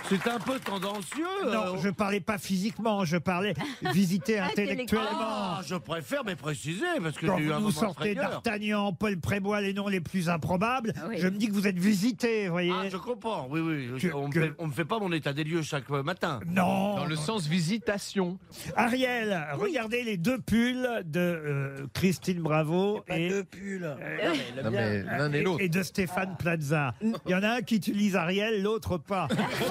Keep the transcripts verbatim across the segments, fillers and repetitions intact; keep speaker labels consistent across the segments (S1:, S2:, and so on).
S1: C'est un peu tendancieux.
S2: Non, je parlais pas physiquement, je parlais visiter intellectuellement.
S1: Ah, je préfère, mais préciser, parce que
S2: Quand
S1: j'ai eu un
S2: vous
S1: moment
S2: sortez
S1: de frayeur.
S2: d'Artagnan, Paul Prébois, les noms les plus improbables,
S3: Oui.
S2: je me dis que vous êtes visité, vous voyez.
S1: Ah, je comprends, oui, oui.
S2: Que-
S1: on, me
S2: que-
S1: fait, on me fait pas mon état des lieux chaque matin.
S2: Non.
S4: Dans le sens visitation.
S2: Ariel, regardez les deux pulls de euh, Christine Bravo
S5: Pas
S2: et,
S5: deux pulls.
S4: Non, mais l'un et l'autre.
S2: et de Stéphane Plaza. Il y en a un qui utilise Ariel, l'autre pas.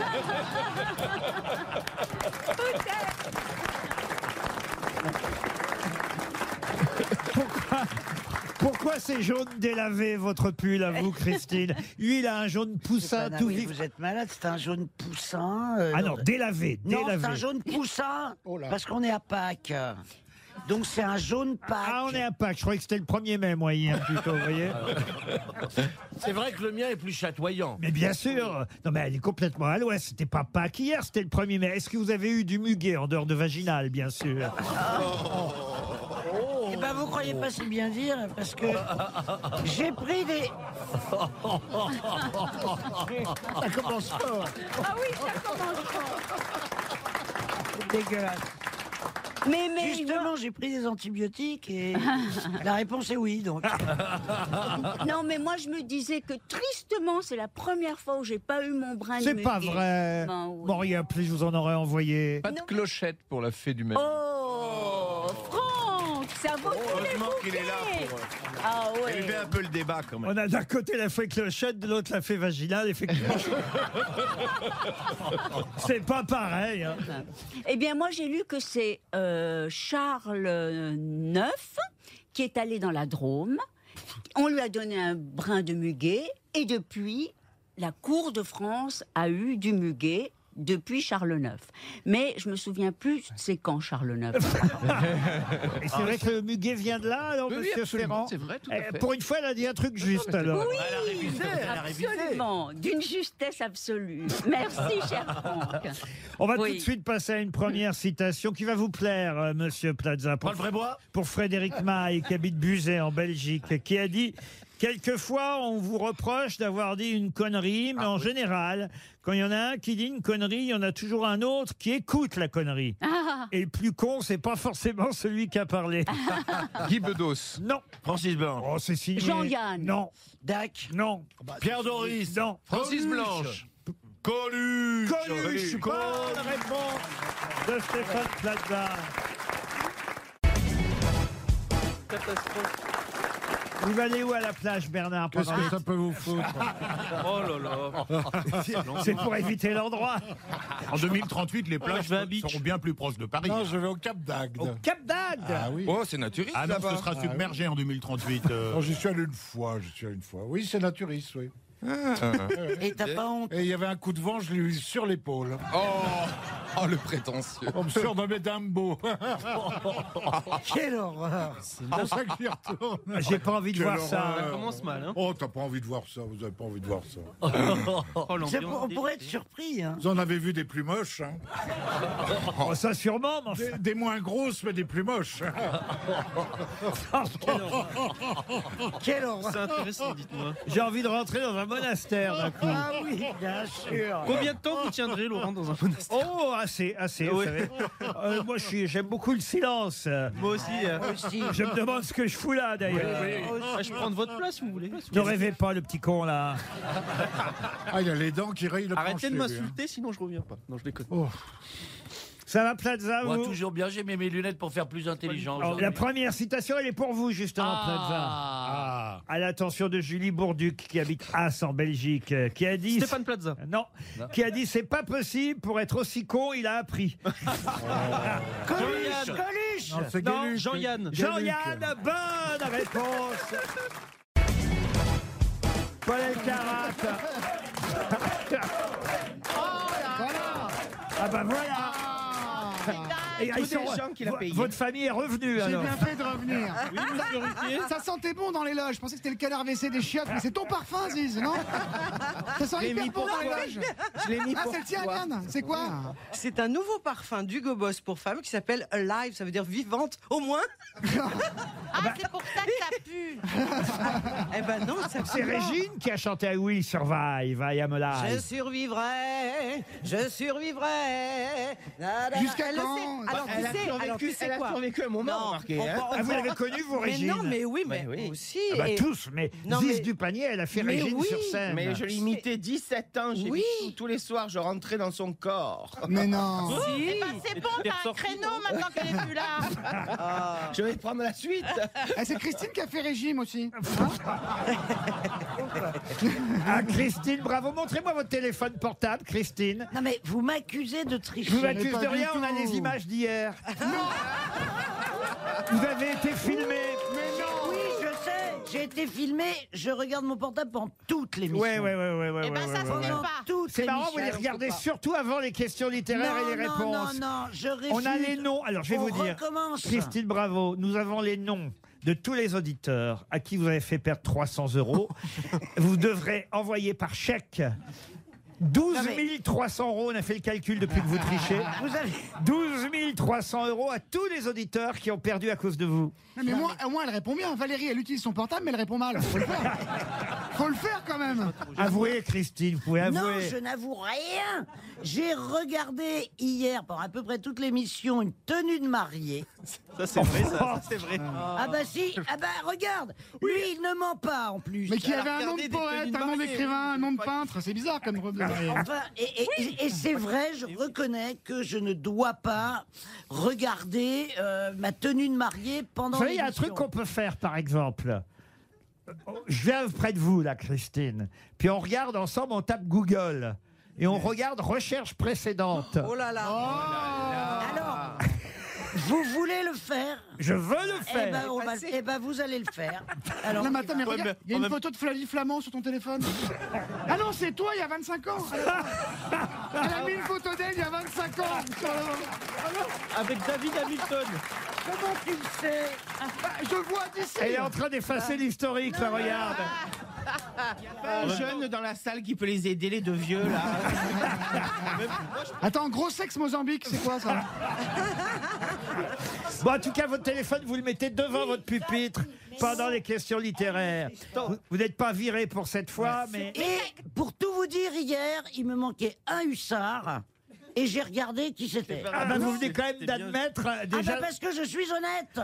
S2: Pourquoi, pourquoi c'est jaune délavé, votre pull, à vous, Christine? Lui, il a un jaune poussin tout
S5: Oui,
S2: vif.
S5: vous êtes malade, c'est un jaune poussin. euh,
S2: Ah non, délavé,
S5: non, c'est
S2: délavé.
S5: un jaune poussin, parce qu'on est à Pâques. Donc c'est un jaune Pâques.
S2: Ah, on est à Pâques. Je croyais que c'était le premier mai, moi, hier, plutôt, vous voyez.
S1: C'est vrai que le mien est plus chatoyant.
S2: Mais bien sûr. Non, mais elle est complètement à l'ouest. C'était pas Pâques hier, c'était le premier mai. Est-ce que vous avez eu du muguet en dehors de vaginal, bien sûr?
S5: Eh ben vous croyez pas si bien dire, parce que j'ai pris des... Ça commence fort.
S3: Ah oui, ça commence fort.
S5: C'est dégueulasse.
S3: Mais, mais,
S5: Justement, j'ai pris des antibiotiques et la réponse est oui, donc.
S3: non, mais moi, je me disais que tristement, c'est la première fois où j'ai pas eu mon brin de
S2: C'est
S3: muguet.
S2: pas vrai.
S3: Ben oui.
S2: Bon, rien, plus je vous en aurais envoyé.
S4: Pas de clochette pour la fée du même.
S3: Oh, Franck, ça vaut tous les
S6: Heureusement qu'il est là
S3: bouquets.
S6: pour
S3: Ah ouais.
S6: élever un peu le débat quand même.
S2: On a d'un côté la fée clochette, de l'autre la fée vaginale, effectivement. C'est pas pareil. Hein.
S3: Eh bien, moi, j'ai lu que c'est euh, Charles neuf qui est allé dans la Drôme. On lui a donné un brin de muguet et depuis, la cour de France a eu du muguet depuis Charles neuf. Mais je me souviens plus, c'est quand Charles neuf.
S2: Et c'est vrai que le muguet vient de là, alors,
S4: Oui, oui,
S2: monsieur
S4: absolument,
S2: Ferrand.
S4: c'est vrai, tout à
S2: Eh,
S4: fait.
S2: Pour une fois, elle a dit un truc juste, alors.
S3: Oui,
S1: Elle a révisé, elle a révisé.
S3: absolument, d'une justesse absolue. Merci, cher Franck.
S2: On va
S3: Oui.
S2: tout de suite passer à une première citation qui va vous plaire, euh, monsieur Plaza. Pour,
S1: Paul Prébois.
S2: pour Frédéric Maille, qui habite Buzet, en Belgique, qui a dit... Quelquefois, on vous reproche d'avoir dit une connerie, mais en général, quand il y en a un qui dit une connerie, il y en a toujours un autre qui écoute la connerie.
S3: Ah,
S2: Et le plus con, c'est pas forcément celui qui a parlé.
S4: Guy Bedos.
S2: Non.
S1: Francis Blanche.
S2: Oh, c'est signé.
S3: Jean-Yann.
S2: Non.
S5: Dac.
S2: Non.
S1: Pierre Doris.
S2: Non.
S4: Francis Blanche.
S1: Coluche.
S2: Coluche. Bonne réponse de Stéphane Plaza. Vous allez où à la plage, Bernard?
S7: Qu'est-ce
S2: pendant
S7: que ça peut vous foutre?
S1: Oh là là.
S2: C'est pour éviter l'endroit.
S7: En deux mille trente-huit, les plages
S1: je vais à Beach.
S7: seront bien plus proches de Paris.
S8: Non, je vais au Cap d'Agde.
S2: Au Cap d'Agde.
S7: Ah oui.
S4: Oh, c'est naturiste
S7: Ah non,
S4: là-bas.
S7: ce sera submergé en deux mille trente-huit. euh.
S8: Non, j'y suis allé une fois, j'y suis allé une fois. Oui, c'est naturiste, oui.
S5: Et t'as pas honte?
S8: Et il y avait un coup de vent, je l'ai eu sur l'épaule.
S4: Oh, oh, le prétentieux.
S8: On me surnommait Dumbo.
S5: Quelle horreur!
S8: C'est pour ça que j'y retourne.
S2: J'ai pas envie de
S8: Quelle
S2: voir ça.
S8: horreur.
S1: Ça commence mal, hein.
S8: Oh, t'as pas envie de voir ça, vous avez pas envie de voir ça.
S5: C'est pour- on pourrait être surpris, hein.
S8: Vous en avez vu des plus moches, hein.
S2: Oh, ça sûrement, mais
S8: Des,
S2: enfin.
S8: des moins grosses, mais des plus moches.
S5: Quelle horreur!
S1: C'est intéressant, dites-moi.
S2: J'ai envie de rentrer dans un monastère d'un coup.
S5: Ah oui, bien sûr.
S1: Combien de temps vous tiendrez, Laurent, dans un monastère?
S2: Oh, assez, assez, vous
S1: Oui.
S2: savez. Euh, moi, je suis, j'aime beaucoup le silence.
S1: Moi aussi. euh.
S5: Moi aussi.
S2: Je me demande ce que je fous là, d'ailleurs.
S1: Ah, je prends de votre place, si vous voulez.
S2: Ne rêvez pas, le petit con, là.
S8: Ah, il a les dents qui rayent le
S1: Arrêtez de
S8: plancher, lui, hein.
S1: m'insulter, sinon je reviens pas. Non, je déconne.
S2: Ça va, Plaza,
S1: Moi,
S2: vous?
S1: toujours bien, j'ai mis mes lunettes pour faire plus intelligent.
S2: Alors, la première citation, elle est pour vous, justement, Plaza.
S1: Ah.
S2: À l'attention de Julie Bourduc, qui habite As, en Belgique, euh, qui a dit...
S1: Stéphane Plaza.
S2: Non, qui a dit, c'est pas possible, pour être aussi con, il a appris.
S5: Coluche! Coluche!
S8: Non, c'est
S2: Non,
S8: Gueluc.
S1: Jean-Yann.
S2: Jean-Yann, bonne réponse. Paul Elkarat. Ah bah voilà. Et
S9: tous
S2: ils sont-
S9: des gens qui l'a
S2: vo-
S9: payé.
S2: Votre famille est revenue
S10: J'ai
S2: alors.
S10: bien fait de revenir. Ça sentait bon dans les loges. Je pensais que c'était le canard W C des chiottes, mais c'est ton parfum, Ziz, non? Ça sent
S9: Je l'ai
S10: hyper
S9: mis
S10: bon
S9: pour
S10: dans les
S9: toi.
S10: loges.
S9: Je l'ai mis
S10: Ah,
S9: pour
S10: c'est le tien,
S9: toi.
S10: Yann. C'est quoi?
S11: C'est un nouveau parfum d'Hugo Boss pour femmes qui s'appelle Alive, ça veut dire vivante au moins.
S12: Ah, c'est pour ça que ça pue.
S11: Eh ben non, ça
S2: C'est
S11: pue pas.
S2: Régine qui a chanté I Will Survive, I Am
S11: Je
S2: Alive.
S11: survivrai, je survivrai. Na, na, na.
S10: Jusqu'à
S11: Elle le
S10: quand
S11: sait. Alors
S9: Elle a
S11: tu sais, alors
S9: survécu,
S11: tu sais
S9: elle a
S11: quoi
S9: survécu un moment,
S11: Non,
S9: remarquez,
S11: on-
S9: hein.
S11: on-
S2: Ah, vous
S11: on-
S2: l'avez connue, vous,
S11: Mais
S2: Régine?
S11: non, mais oui, mais
S9: Mais oui.
S11: moi aussi.
S2: Ah bah
S11: et-
S2: tous, mais
S11: Non,
S2: Ziz
S11: mais-
S2: du panier, elle a fait
S11: Mais
S2: Régine
S11: oui.
S2: sur scène.
S9: Mais je l'imitais dix-sept ans, j'ai
S11: Oui.
S9: vu tous les soirs, je rentrais dans son corps.
S10: Mais non.
S11: Si.
S12: Eh ben, c'est bon, t'as un créneau maintenant qu'elle est plus là.
S9: Je vais prendre la suite.
S10: Eh, c'est Christine qui a fait régime aussi.
S2: Ah, Christine, bravo. Montrez-moi votre téléphone portable, Christine.
S5: Non mais vous m'accusez de tricher.
S2: Je vous accuse
S10: pas
S2: de
S10: du
S2: rien, on a
S10: tout.
S2: les images d'hier. Vous avez été filmé.
S10: Mais non.
S5: Oui, je sais. J'ai été filmé. Je regarde mon portable pendant toute l'émission.
S2: Ouais, ouais, ouais, ouais, ouais.
S12: Eh ben,
S2: ouais,
S12: ça
S2: ouais,
S12: se
S2: ouais.
S12: fait
S5: Pendant
S12: pas.
S5: toute
S2: C'est marrant, vous les
S5: l'émission.
S2: regardez surtout avant les questions littéraires
S5: non,
S2: et les
S5: non,
S2: réponses.
S5: Non, non, je refuse.
S2: On a les noms. Alors, je vais
S5: On
S2: vous dire.
S5: recommence.
S2: Christine Bravo, nous avons les noms de tous les auditeurs à qui vous avez fait perdre trois cents euros. Vous devrez envoyer par chèque douze mille trois cents euros. On a fait le calcul depuis que vous trichez.
S5: Vous avez...
S2: douze mille trois cents euros à tous les auditeurs qui ont perdu à cause de vous.
S10: Non, mais moi, au moins, elle répond bien. Valérie, elle utilise son portable, mais elle répond mal. Faut le faire. Faut le faire quand même.
S2: Avouez, Christine, vous pouvez avouer.
S5: Non, je n'avoue rien. J'ai regardé hier, pendant à peu près toute l'émission, une tenue de mariée.
S9: Ça, c'est vrai, ça, ça, c'est vrai.
S5: Ah bah si, ah bah regarde, lui il ne ment pas en plus.
S10: Mais qui
S9: Elle a
S10: avait un nom
S9: regardé
S10: de
S9: des tenues
S10: poète,
S9: de
S10: un nom
S9: mariée.
S10: d'écrivain, un nom de peintre. C'est bizarre comme robe de mariée.
S5: Enfin, et, et- et- et c'est vrai, je reconnais que je ne dois pas regarder euh, ma tenue de mariée pendant
S2: Vous savez, il y a un
S5: l'émission.
S2: truc qu'on peut faire, par exemple. Je viens près de vous, là, Christine. Puis on regarde ensemble, on tape Google. Et on regarde recherche précédente.
S11: Oh là là.
S5: Alors, vous voulez le faire?
S2: Je veux le
S5: Eh
S2: faire.
S5: ben, on va- eh ben, vous allez le faire. Alors,
S10: Non, mais attends, mais
S9: Ouais,
S10: regarde,
S9: mais
S10: il y a
S9: en
S10: une
S9: même-
S10: photo de Flavie Flamand sur ton téléphone. Ah non, c'est toi il y a vingt-cinq ans. Elle a mis une photo d'elle il y a vingt-cinq ans. sur le-
S9: Avec David Hamilton.
S5: comment tu le sais?
S10: Bah, je vois d'ici.
S2: Elle est en train d'effacer l'historique, là, regarde.
S9: Un jeune dans la salle qui peut les aider, les deux vieux, là.
S10: Attends, gros sexe Mozambique, c'est quoi ça?
S2: Bon, en tout cas, votre téléphone, vous le mettez devant votre pupitre pendant les questions littéraires. Vous- Vous n'êtes pas viré pour cette fois, mais...
S5: Et pour tout vous dire, hier, il me manquait un hussard. Et j'ai regardé qui c'était.
S2: Ah ben, vous venez quand même
S9: C'était bien.
S2: d'admettre euh,
S5: Ah
S2: déjà...
S5: bah parce que je suis honnête.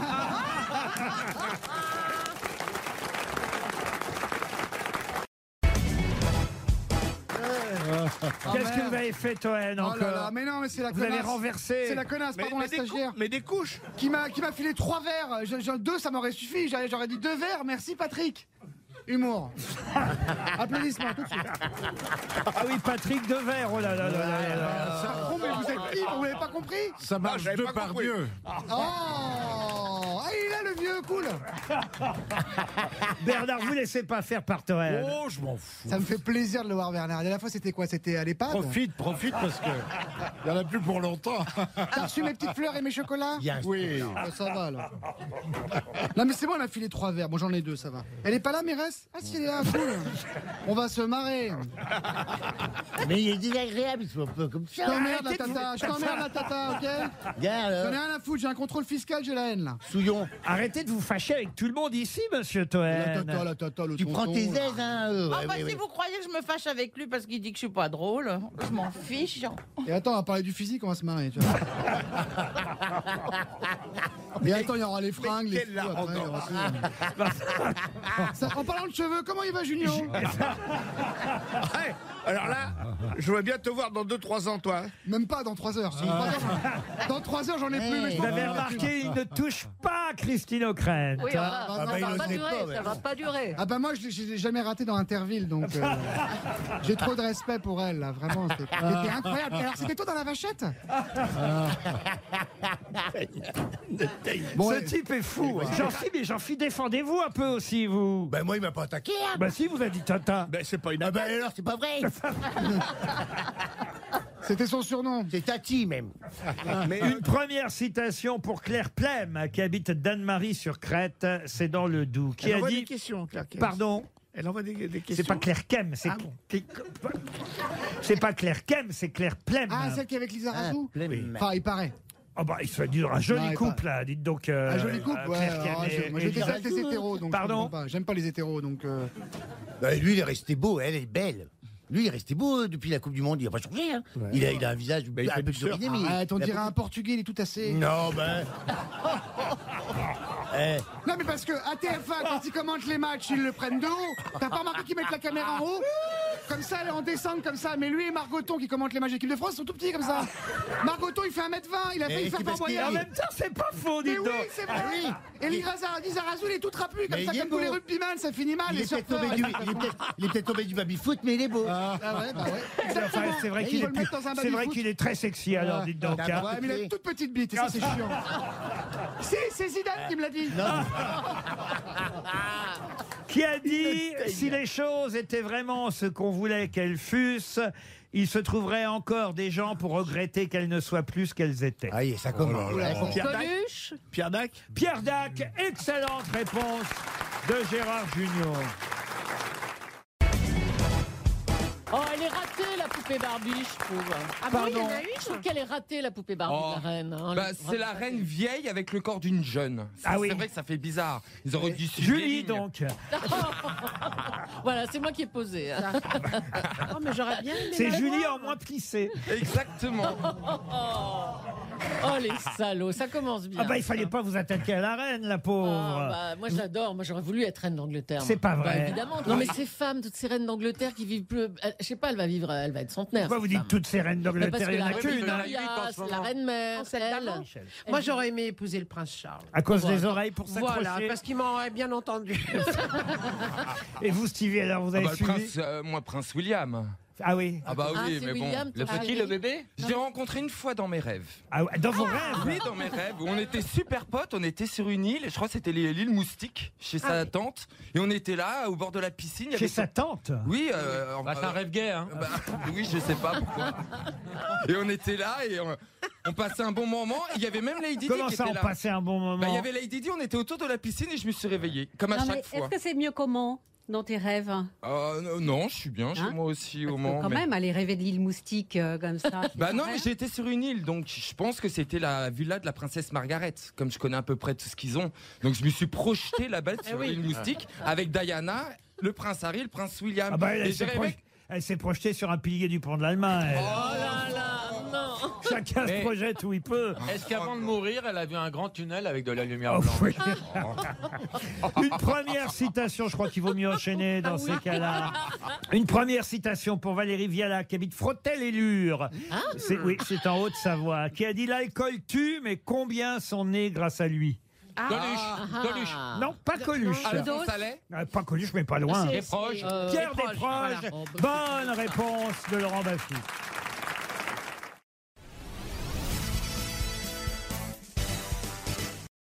S2: Qu'est-ce que vous avez fait, Toen,
S10: Oh
S2: encore
S10: là là, mais non, mais c'est la
S2: Vous
S10: connasse.
S2: avez renversé.
S10: C'est la connasse, pardon, la stagiaire.
S9: Mais des couches.
S10: Qui m'a qui m'a filé trois verres. Je- je- deux, ça m'aurait suffi. J'aurais j'aurais dit deux verres. Merci, Patrick. Humour. Applaudissements tout de suite.
S2: Ah oui, Patrick Devers, oh là là là là là là.
S10: Oh, mais vous êtes qui? Vous l'avez pas compris?
S8: Ça marche
S9: j'avais
S8: deux
S9: pas
S8: par
S9: compris.
S8: mieux.
S10: Oh! Ah, il est là, le vieux, cool.
S2: Bernard, vous laissez pas faire par Toen.
S8: Oh, je m'en fous.
S10: Ça me fait plaisir de le voir, Bernard. La dernière fois, c'était quoi? C'était à l'EHPAD?
S8: Profite, profite parce que il y en a plus pour longtemps.
S10: T'as reçu mes petites fleurs et mes chocolats?
S8: Oui.
S10: Oh, ça va, là. Non, mais c'est bon, on a filé trois verres. Bon, j'en ai deux, ça va. Elle est pas là, mairesse? Ah, si, elle est là, cool. On va se marrer.
S13: Mais il est désagréable, ils sont un peu comme
S10: Je
S13: ça.
S10: t'emmerde, la tata. Je t'emmerde, la tata, ok?
S13: Regarde,
S10: J'en ai
S13: euh,
S10: rien à foutre. J'ai un contrôle fiscal, j'ai la haine, là.
S13: Souillon.
S2: Arrêtez de vous fâcher avec tout le monde ici, monsieur
S10: La
S2: Toen.
S10: tata, la tata, le
S13: Tu prends
S10: tonton,
S13: tes
S10: là.
S13: aises, hein. euh,
S12: Ah
S13: ouais,
S12: bah
S13: ouais,
S12: si
S13: ouais.
S12: vous croyez que je me fâche avec lui parce qu'il dit que je suis pas drôle, je m'en fiche.
S10: Et attends, on va parler du physique, on va se marrer, tu vois. Mais attends, il y aura les fringues, les
S9: quelle
S10: fous, après, il y aura tout. Ça, en parlant de cheveux, comment il va, Junior?
S1: Ouais, alors là, je voudrais bien te voir dans deux trois ans, toi.
S10: Même pas dans trois heures. Si, trois heures. Dans trois heures, j'en ai plus, mais je
S2: Vous
S10: m'en
S2: avez
S10: fous.
S2: remarqué, il ne touche pas Christine O'Krent.
S14: Oui,
S10: Ah,
S14: enfin,
S10: bah,
S14: ça
S10: il
S14: va
S10: le
S14: pas
S10: sait
S14: durer,
S10: pas, ouais.
S14: ça va pas durer.
S10: Ah bah moi, je l'ai- je l'ai jamais raté dans Interville, donc euh, j'ai trop de respect pour elle, là, vraiment. C'était c'était incroyable. Alors, c'était toi dans la vachette? Bon,
S2: Ce
S10: ouais.
S2: type est fou. Jean-Phi, mais Jean-Phi, défendez-vous un peu aussi, vous.
S13: Ben moi, il m'a pas attaqué. Hein.
S2: Bah si, vous avez dit Tata.
S1: Ben, c'est pas une
S13: Ah ben alors, c'est pas vrai.
S10: C'était son surnom.
S13: C'est Tati, même.
S2: Mais une première citation pour Claire Plem, qui habite Danemarie-sur-Crète, c'est dans le Doubs, qui
S1: Elle
S2: a
S1: envoie
S2: dit...
S1: des questions, Claire Kem.
S2: Pardon.
S1: Elle envoie des, des questions.
S2: C'est pas Claire Kem, c'est...
S1: Ah bon.
S2: C'est pas Claire Kem, c'est Claire Plem.
S10: Ah, celle qui est avec Lisa Razou
S13: Oui.
S10: Enfin, il paraît.
S2: Oh bah, il se fait dire un joli
S10: Non, il
S2: couple,
S10: paraît.
S2: là, dites donc. euh,
S10: Un joli couple,
S2: euh,
S10: ouais.
S2: Claire Kem
S10: alors,
S2: et-
S10: je- Moi,
S2: et
S10: je
S2: Lisa
S10: déteste les
S2: Razou.
S10: hétéros, donc. je
S2: Pardon
S10: comprends pas. J'aime pas les hétéros, donc. euh,
S13: Bah, lui, il est resté beau, elle est belle. Lui, il est resté beau depuis la Coupe du Monde, il n'a pas changé. Hein. Il, a, il a un visage
S1: il
S13: un
S1: fait
S13: peu
S1: du surf.
S13: souriné, mais il-
S10: Arrête, on
S13: il a
S10: dirait
S13: beaucoup-
S10: un Portugais, il est tout assez.
S13: Non, ben. Eh,
S10: Non, mais parce que à T F un, quand ils commentent les matchs, ils le prennent de haut. T'as pas remarqué qu'ils mettent la caméra en haut? Comme ça, elle est en descente, comme ça. Mais lui et Margoton, qui commentent les matchs d'équipe de France, sont tout petits, comme ça. Margoton, il fait un mètre vingt, il a
S13: Mais
S10: failli
S13: c'est
S10: faire
S13: parce
S10: Fort
S13: qu'il-
S2: En
S10: Boyard.
S2: même temps, c'est pas faux,
S10: Mais
S2: dites
S10: oui,
S2: donc.
S10: c'est vrai.
S13: Ah oui.
S10: Et Lisa Razou, il est tout trapu, comme
S13: Mais
S10: ça,
S13: il est
S10: comme tous les
S13: beau.
S10: rugbyman, ça finit mal.
S13: il,
S10: les
S13: est peut-être
S10: surfeurs.
S13: tombé du, il, est peut-être, il est peut-être tombé du baby-foot, mais il est beau.
S10: Ah ouais, bah ouais.
S2: Enfin,
S10: Exactement.
S2: c'est vrai
S10: Et
S2: qu'il
S10: il
S2: est,
S10: faut le mettre dans un
S2: c'est vrai
S10: baby-foot.
S2: qu'il est très sexy, alors, dites donc.
S13: Ah,
S2: hein.
S10: Ouais, mais il a une toute petite bite, et ça, c'est chiant. Si, c'est Zidane qui me l'a dit.
S2: Qui a dit « Si les choses étaient vraiment ce qu'on voulait qu'elles fussent, il se trouverait encore des gens pour regretter qu'elles ne soient plus ce qu'elles étaient. »
S13: Ah, oui, ça commence.
S1: Pierre Dac.
S12: Coluche.
S1: Pierre Dac.
S2: Pierre Dac, excellente réponse de Gérard Junior.
S12: Oh, elle est ratée, la poupée Barbie, je trouve.
S11: Ah bon, il y en a
S12: Je trouve qu'elle est ratée, la poupée Barbie
S4: Oh.
S12: de la reine. hein.
S4: Bah,
S12: Elle est
S4: c'est la
S12: ratée.
S4: reine vieille avec le corps d'une jeune. C'est
S2: Ah oui.
S4: c'est vrai que ça fait bizarre. Ils auraient dû suivre les
S2: Julie,
S4: lignes.
S2: donc.
S12: Voilà, c'est moi qui ai posé. hein.
S11: Oh, mais j'aurais bien aimé
S2: C'est
S11: la
S2: Julie
S11: voir.
S2: en moins plissé.
S4: Exactement.
S12: Oh, les salauds, ça commence bien.
S2: Ah bah, il fallait pas vous attaquer à la reine, la pauvre.
S12: Ah, bah, moi j'adore, moi j'aurais voulu être reine d'Angleterre.
S2: C'est
S12: moi.
S2: pas vrai.
S12: Bah, évidemment. Non mais ces femmes, toutes ces reines d'Angleterre qui vivent plus, elle- je sais pas, elle va vivre, elle va être centenaire.
S2: Pourquoi vous
S12: cette
S2: dites
S12: femme.
S2: toutes ces reines
S12: Bah, parce
S2: d'Angleterre?
S12: que
S2: Il y en
S12: la
S2: a
S12: reine
S2: qu'une. hein.
S12: Victoria, la reine mère,
S11: Non, celle
S12: elle.
S11: d'avant.
S12: Elle
S11: Moi,
S12: vit-
S11: j'aurais aimé épouser le prince Charles.
S2: À cause
S12: Voilà.
S2: des oreilles pour s'accrocher.
S11: Voilà, parce qu'il m'aurait bien entendu.
S2: Et vous, Stevie, alors, vous
S4: Ah
S2: avez
S4: bah, le
S2: suivi
S4: prince, euh, moi, prince William.
S2: Ah oui.
S4: Ah bah
S12: Ah,
S4: oui,
S12: c'est
S4: mais
S12: William,
S4: bon.
S12: toi, t'as aimé
S4: bébé Je l'ai rencontré une fois dans mes rêves.
S2: Ah ouais, dans vos
S4: Oui,
S2: rêves
S4: dans mes rêves. On était super potes, on était sur une île, je crois que c'était l'île Moustique, chez sa tante. Et on était là, au bord de la piscine. il y
S2: Chez
S4: avait
S2: sa tante.
S4: Oui, euh,
S14: Bah, c'est un rêve gay, hein.
S4: bah, oui, je sais pas pourquoi. Et on était là et on, on passait un bon moment. Il y avait même Lady Di
S2: Comment
S4: qui
S2: ça,
S4: était
S2: on
S4: là.
S2: passait un bon moment
S4: Bah, il y avait Lady Di, on était autour de la piscine et je me suis réveillé, comme à
S15: Non, mais
S4: chaque fois.
S15: est-ce que c'est mieux comment dans tes rêves?
S4: Euh, non, non, je suis bien chez
S15: Hein
S4: moi aussi
S15: Parce
S4: au
S15: que
S4: Mans.
S15: quand
S4: mais-
S15: même, aller rêver de l'île Moustique euh, comme ça. c'est
S4: Bah
S15: ton
S4: non,
S15: rêve.
S4: mais j'étais sur une île, donc je pense que c'était la villa de la princesse Margaret, comme je connais à peu près tout ce qu'ils ont. Donc je me suis projeté là-bas sur
S12: oui.
S4: l'île Moustique avec Diana, le prince Harry, le prince William.
S2: Ah bah,
S4: Et
S2: elle
S4: j'ai
S2: s'est
S4: rêvé-
S2: proj- elle s'est projetée sur un pilier du pont de l'Allemagne. elle.
S12: Oh là là, non.
S2: Chacun se
S14: Mais-
S2: projette où il peut.
S14: Est-ce qu'avant de mourir, elle a vu un grand tunnel avec de la lumière
S2: Oh,
S14: blanche?
S2: oui. Une première citation, je crois qu'il vaut mieux enchaîner dans ces cas-là. Une première citation pour Valérie Viala, qui habite Frotel-et-Lure. C'est, oui, c'est en Haute-Savoie. Qui a dit « L'alcool tue, mais combien sont nés grâce à lui ?»
S14: Coluche, Coluche.
S2: Non, pas Coluche.
S4: Alphonse Allais.
S2: Euh, Pas Coluche, mais pas loin.
S12: C'est-
S14: Des proches.
S12: euh,
S2: Pierre
S12: proche,
S2: Desproges.
S12: voilà. Oh, bah,
S2: Bonne réponse de Laurent Baffy.